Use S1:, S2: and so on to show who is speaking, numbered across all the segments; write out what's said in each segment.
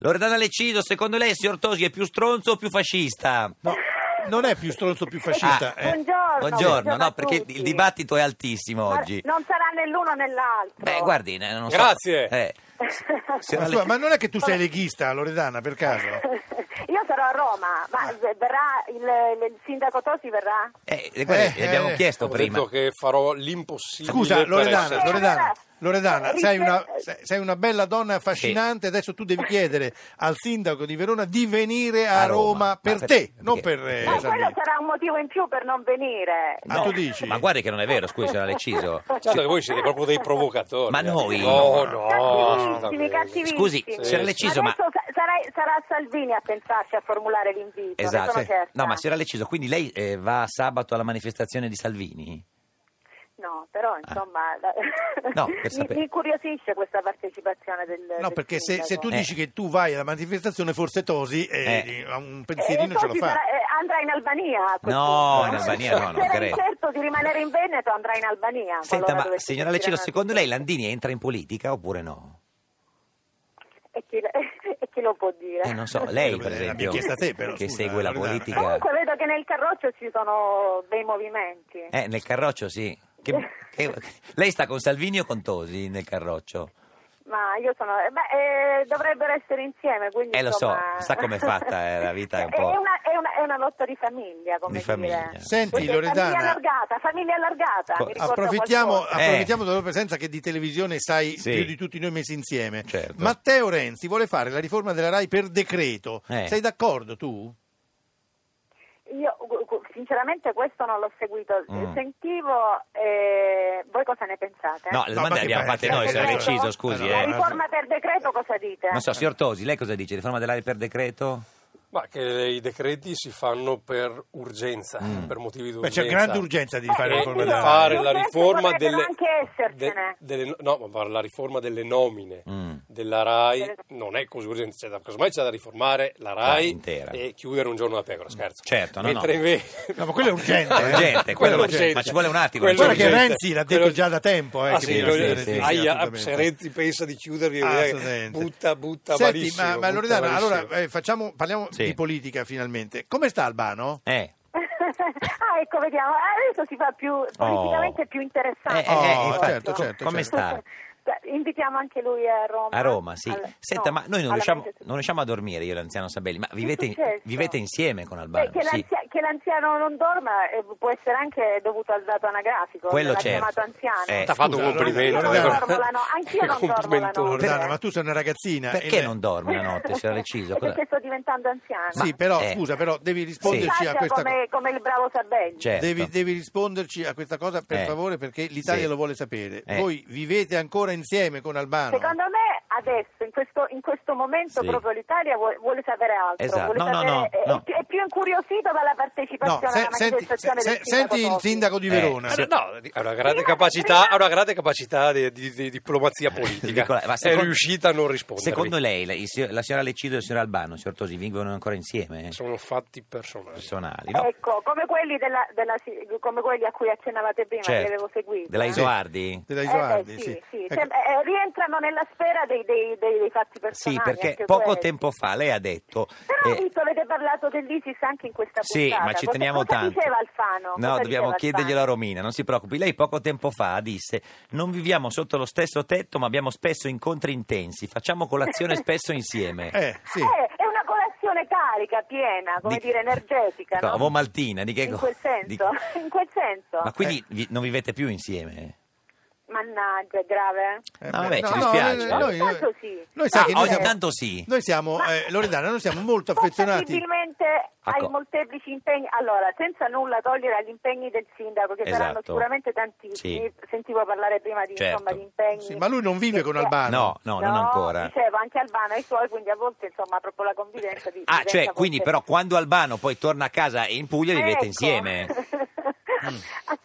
S1: Loredana Lecido, secondo lei il signor Tosi è più stronzo o più fascista?
S2: No, non è più stronzo, più fascista.
S1: Buongiorno, no, perché il dibattito è altissimo oggi.
S3: Non sarà né l'uno né l'altro.
S1: Beh, guardi, non so.
S4: Grazie.
S2: Ma non è che tu sei leghista, Loredana, per caso?
S3: Io sarò a Roma, ma verrà il sindaco Tosi verrà?
S1: Guardi, gli abbiamo chiesto
S4: Ho
S1: prima.
S4: detto che farò l'impossibile.
S2: Scusa,
S4: per
S2: Loredana,
S4: essere-
S2: Loredana, sei una bella donna affascinante, adesso tu devi chiedere al sindaco di Verona di venire a Roma per
S1: Ma
S2: te,
S1: perché?
S2: non per
S3: Ma quello
S2: Salvini.
S3: sarà un motivo in più per non venire.
S2: Ah, tu dici?
S1: Ma guardi che non è vero, scusi, signora Leciso.
S4: Certo che voi siete proprio dei provocatori.
S1: Ma noi-
S4: No,
S3: Cattivissimi,
S4: assolutamente.
S3: cattivissimi.
S1: Scusi, signora Leciso, ma...
S3: Adesso sarà Salvini a pensarci a formulare l'invito. ne
S1: Esatto.
S3: sono certa.
S1: No, ma signora Leciso, quindi lei va sabato alla manifestazione di Salvini?
S3: No, però insomma
S1: No, per sapere.
S3: mi incuriosisce questa partecipazione del
S2: No,
S3: del
S2: perché se
S3: sindaco.
S2: tu dici che tu vai alla manifestazione, forse Tosi un pensierino ce lo
S3: Tosi
S2: fa.
S3: andrà in Albania a quel
S1: No,
S3: punto.
S1: in Albania no, non
S3: Se era
S1: credo.
S3: incerto di rimanere in Veneto, andrà in Albania.
S1: Senta,
S3: qualora
S1: ma
S3: dovesse
S1: signora
S3: sentire
S1: Lecido,
S3: una
S1: secondo lei
S3: notizia.
S1: Landini entra in politica oppure no?
S3: E chi lo può dire?
S1: Non so, lei per
S2: L'abbiamo
S1: esempio,
S2: chiesto a te, però,
S1: che
S2: scusa,
S1: segue la
S2: Loredana.
S1: politica.
S3: Comunque vedo che nel Carroccio ci sono dei movimenti.
S1: Nel Carroccio sì. Lei sta con Salvini o con Tosi nel Carroccio?
S3: Ma io sono... dovrebbero essere insieme, quindi
S1: Lo so,
S3: insomma...
S1: sa com'è fatta la vita è un po'...
S3: È una lotta di famiglia, come
S1: Di famiglia.
S3: dire.
S2: Senti,
S3: Perché
S2: Loredana,
S3: famiglia allargata. mi ricorda
S2: approfittiamo
S3: qualcosa.
S2: della tua presenza che di televisione sai
S1: Sì.
S2: più di tutti noi messi insieme.
S1: Certo.
S2: Matteo Renzi vuole fare la riforma della RAI per decreto. Sei d'accordo tu?
S3: Io sinceramente questo non l'ho seguito, sentivo, voi cosa ne pensate?
S1: No, le domande
S2: ma
S1: le abbiamo
S2: che
S1: fatte
S2: fai?
S1: noi, signora
S3: Decreto?
S1: Leciso, scusi.
S3: La riforma per decreto cosa dite?
S1: Non so, signor Tosi, lei cosa dice? Riforma dell'aria per decreto?
S4: Ma che i decreti si fanno per urgenza, per motivi di
S2: Beh,
S4: urgenza.
S2: c'è grande urgenza di fare la riforma
S4: Per
S2: della
S4: fare
S2: RAI.
S4: la riforma
S3: potrebbero
S4: delle,
S3: anche essercene.
S4: ma la riforma delle nomine della RAI non è così urgente, casomai c'è da riformare la RAI
S1: intera.
S4: e chiudere un giorno da pecora, scherzo.
S1: Certo, no,
S4: Mentre
S1: no.
S4: invece...
S2: No, ma quello è urgente.
S1: È urgente, quello
S4: Quello urgente.
S1: ma ci vuole un attimo.
S4: Quello
S2: Guarda che
S4: urgente.
S2: Renzi l'ha detto
S4: Quello-
S2: già da tempo.
S4: Ah,
S2: che
S4: sì,
S2: bisogna
S4: noi-
S2: chiudere,
S1: sì,
S2: assolutamente.
S4: se Renzi pensa di chiuderli,
S2: Assolutamente.
S4: butta
S2: Senti,
S4: malissimo.
S2: ma
S4: butta
S2: Loredana,
S4: malissimo.
S2: allora parliamo
S1: Sì.
S2: di politica finalmente. Come sta Albano?
S3: Ecco, vediamo, adesso si fa più politicamente più interessante.
S1: Infatti,
S2: certo.
S1: come sta?
S3: Invitiamo anche lui a Roma.
S1: A Roma, sì. Senta, ma noi non riusciamo a dormire, io e l'anziano Sabelli, ma
S3: successo?
S1: vivete insieme con Albano?
S3: Che,
S1: Sì.
S3: che l'anziano non dorma può essere anche dovuto al dato anagrafico,
S1: Quello
S3: l'ha
S1: certo.
S3: chiamato anziano.
S1: Ti
S4: ha fatto un
S2: Scusa,
S4: complimento.
S3: Io non
S2: Loredana.
S3: dormo la notte, anch'io non dormo la
S4: Complimentoso.
S3: notte.
S2: Loredana, ma tu sei una ragazzina.
S1: Perché non dorme la notte, signora Leciso? Cosa-
S3: Perché sto diventando anziana.
S2: Sì, però
S1: Eh.
S2: scusa, però devi risponderci a
S3: Saggia
S2: questa cosa.
S3: come il bravo Sabelli.
S1: Certo.
S2: Devi risponderci a questa cosa per favore, perché l'Italia
S1: Sì.
S2: lo vuole sapere.
S1: Eh.
S2: Voi vivete ancora insieme con Albano?
S3: Secondo me adesso, in questo momento,
S1: Sì.
S3: proprio l'Italia vuole sapere altro.
S1: Esatto.
S3: Vuole
S1: No, no,
S3: sapere-
S1: no.
S3: È più incuriosito dalla partecipazione alla manifestazione del
S2: senti il
S3: Tosi.
S2: sindaco di Verona.
S1: sì.
S4: No, ha una grande capacità di diplomazia politica.
S1: Nicola, ma
S4: È riuscita a non rispondere.
S1: Secondo lei, la signora Lecido e il signor Albano, signor Tosi, vivono ancora insieme?
S4: Sono fatti personali.
S1: Personali, no?
S3: Ecco, come quelli come quelli a cui accennavate prima,
S1: Certo.
S3: che avevo seguito.
S1: Della Isoardi?
S2: Della Isoardi,
S3: sì.
S2: Ecco.
S3: Rientrano nella sfera dei fatti personali.
S1: Sì, perché
S3: anche
S1: poco
S3: quelli.
S1: tempo fa lei ha detto...
S3: Però ho visto, avete parlato dell'ISIS anche in questa
S1: Sì,
S3: puntata.
S1: ma ci
S3: Cosa-
S1: teniamo
S3: cosa
S1: tanto.
S3: diceva Alfano?
S1: No,
S3: Cosa
S1: dobbiamo
S3: diceva
S1: chiederglielo a
S3: Alfano?
S1: Romina, non si preoccupi. Lei poco tempo fa disse: non viviamo sotto lo stesso tetto, ma abbiamo spesso incontri intensi. Facciamo colazione spesso insieme.
S2: Sì.
S3: È una colazione carica, piena, come
S1: Di-
S3: dire, energetica, no?
S1: Ovomaltina, di che
S3: In
S1: cosa?
S3: quel senso, in quel senso.
S1: Ma quindi non vivete più insieme?
S3: Mannaggia, è grave?
S1: No, vabbè, ci dispiace.
S3: Ogni tanto sì.
S2: Noi sai che noi
S1: ogni
S2: siamo,
S1: tanto sì.
S2: noi siamo Loredana, noi siamo molto affezionati.
S3: Compatibilmente ai
S1: Ecco.
S3: molteplici impegni, allora, senza nulla togliere agli impegni del sindaco, che saranno
S1: Esatto.
S3: sicuramente tantissimi.
S1: Sì.
S3: Sentivo parlare prima di,
S1: Certo.
S3: insomma, di impegni.
S2: Sì, ma lui non vive con Albano.
S1: No, non ancora.
S3: Dicevo, anche Albano ha i suoi, quindi a volte, insomma, proprio la convivenza di
S1: Ah,
S3: diventa
S1: cioè, quindi
S3: forse-
S1: però quando Albano poi torna a casa in Puglia vivete
S3: Ecco.
S1: insieme?
S3: Accade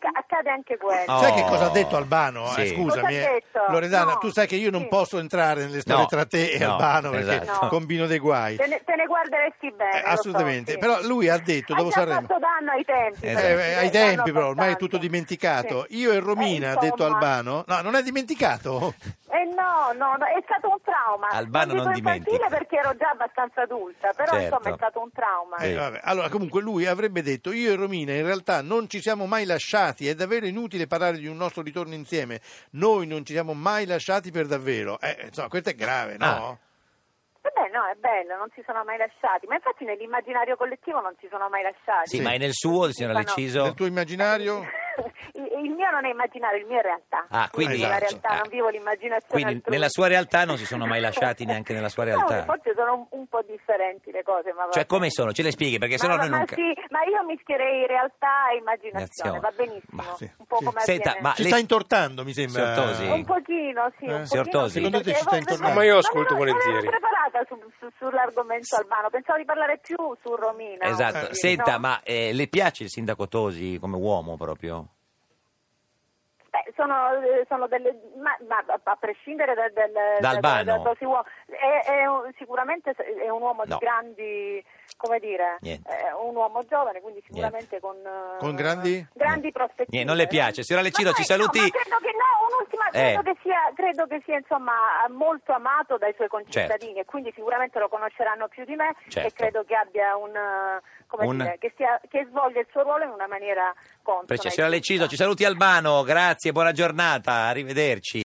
S3: accade anche questo.
S1: Oh.
S2: Sai che cosa ha detto Albano?
S1: Sì.
S2: Scusami,
S3: Cosa ha detto?
S2: Loredana,
S3: No.
S2: tu sai che io non
S3: Sì.
S2: posso entrare nelle storie
S1: No.
S2: tra te e
S1: No,
S2: Albano perché
S1: esatto.
S2: combino dei guai.
S3: Te ne guarderesti bene. lo so,
S2: Assolutamente,
S3: sì.
S2: però lui ha detto
S3: Hai
S2: dopo
S3: già
S2: Sanremo.
S3: fatto danno ai tempi.
S1: Esatto.
S2: Ai tempi però, ormai è tutto dimenticato.
S3: Sì.
S2: Io e Romina, ha detto
S3: Insomma.
S2: Albano, no, non è dimenticato?
S3: No, è stato un trauma.
S1: Albano non
S3: dico infantile
S1: dimentica.
S3: perché ero già abbastanza adulta, però
S1: Certo.
S3: insomma è stato un trauma.
S1: Sì.
S2: Vabbè. Allora, comunque lui avrebbe detto, io e Romina in realtà non ci siamo mai lasciati, è davvero inutile parlare di un nostro ritorno insieme, noi non ci siamo mai lasciati per davvero. Insomma, questo è grave, no?
S3: Beh, no, è bello, non si sono mai lasciati, ma infatti nell'immaginario collettivo non si sono mai lasciati.
S1: Sì, ma è nel suo, il signor
S3: Ma no.
S1: Leciso?
S2: Nel tuo immaginario?
S3: Il mio non è immaginario, il mio è realtà.
S1: Ah, quindi-
S3: Io la realtà,
S1: ah.
S3: non vivo l'immaginazione
S1: Quindi
S3: altrui.
S1: nella sua realtà non si sono mai lasciati neanche nella sua
S3: No,
S1: realtà.
S3: forse sono un po' differenti le cose, ma
S1: Cioè,
S3: vabbè.
S1: come sono? Ce le spieghi? Perché sennò noi non...
S3: Sì, ma io mischierei realtà e immaginazione,
S1: Immaginazione.
S3: va benissimo.
S1: Ma
S2: sì,
S3: un po'
S2: sì.
S3: come
S1: Senta,
S3: avviene.
S1: ma
S2: Ci
S1: lei-
S2: sta intortando, mi sembra.
S1: Signor Tosi?
S3: Un pochino, sì, un
S1: Signor
S3: pochino.
S1: Tosi?
S3: Sì,
S2: Secondo te
S3: perché
S2: ci sta
S3: avevo-
S2: intornando?
S4: Ma io ascolto
S3: non
S4: volentieri.
S3: ero preparata sull'argomento Albano, pensavo di parlare più su Romina.
S1: Esatto.
S3: oggi,
S1: Senta,
S3: no?
S1: ma le piace il sindaco Tosi come uomo proprio?
S3: Sono delle, ma a prescindere
S1: Da Albano?
S3: sicuramente è un uomo
S1: No.
S3: di grandi, come dire,
S1: Niente.
S3: è un uomo giovane, quindi sicuramente con
S2: grandi?
S3: prospettive.
S1: Niente, non le piace. Signora Lecido, ci saluti?
S3: No, ma credo che sia insomma molto amato dai suoi concittadini e quindi sicuramente lo conosceranno più di me
S1: Certo.
S3: e credo che abbia che svolga il suo ruolo in una maniera consona.
S1: Signora Lecido, ci saluti Albano, grazie, buona giornata, arrivederci.